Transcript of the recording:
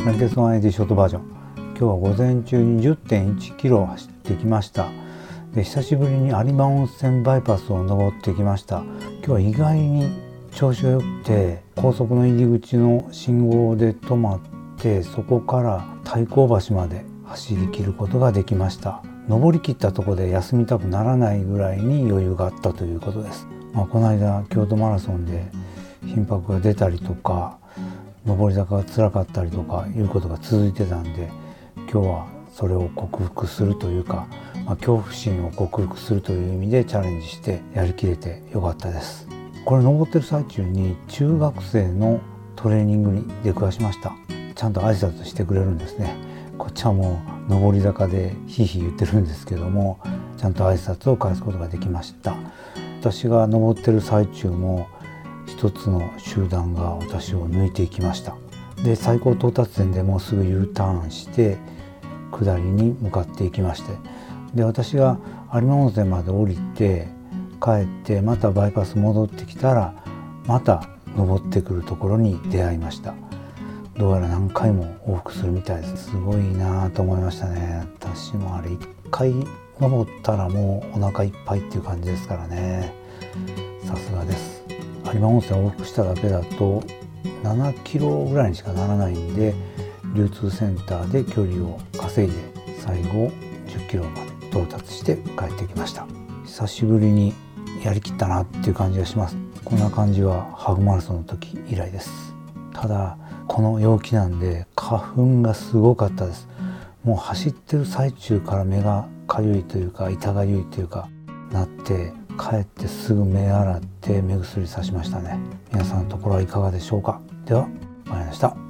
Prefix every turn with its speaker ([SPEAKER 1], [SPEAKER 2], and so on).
[SPEAKER 1] 軟血ワンエディショートバージョン。今日は午前中に 10.1 キロ走ってきました。で、久しぶりに有馬温泉バイパスを登ってきました。今日は意外に調子が良くて、高速の入り口の信号で止まって、そこから太閤橋まで走り切ることができました。登り切ったところで休みたくならないぐらいに余裕があったということです。この間京都マラソンで頻迫が出たりとか、上り坂が辛かったりとかいうことが続いてたんで、今日はそれを克服するというか、恐怖心を克服するという意味でチャレンジしてやりきれてよかったです。これ登ってる最中に中学生のトレーニングに出くわしました。ちゃんと挨拶してくれるんですね。こっちはもう上り坂でヒーヒー言ってるんですけども、ちゃんと挨拶を返すことができました。私が登ってる最中も一つの集団が私を抜いていきました。で、最高到達点でもうすぐ U ターンして下りに向かっていきまして、で、私が有馬温泉まで降りて帰ってまたバイパス戻ってきたら、また登ってくるところに出会いました。どうやら何回も往復するみたいです。すごいなと思いましたね。私もあれ1回登ったらもうお腹いっぱいっていう感じですからね。さすがです。有馬温泉を往復しただけだと7キロぐらいにしかならないんで、流通センターで距離を稼いで最後10キロまで到達して帰ってきました。久しぶりにやりきったなっていう感じがします。こんな感じはハーフマラソンの時以来です。ただこの陽気なんで花粉がすごかったです。もう走ってる最中から目がかゆいというか痛がゆいというかなって、帰ってすぐ目洗って目薬さしましたね。皆さんのところはいかがでしょうか。では、まいりました。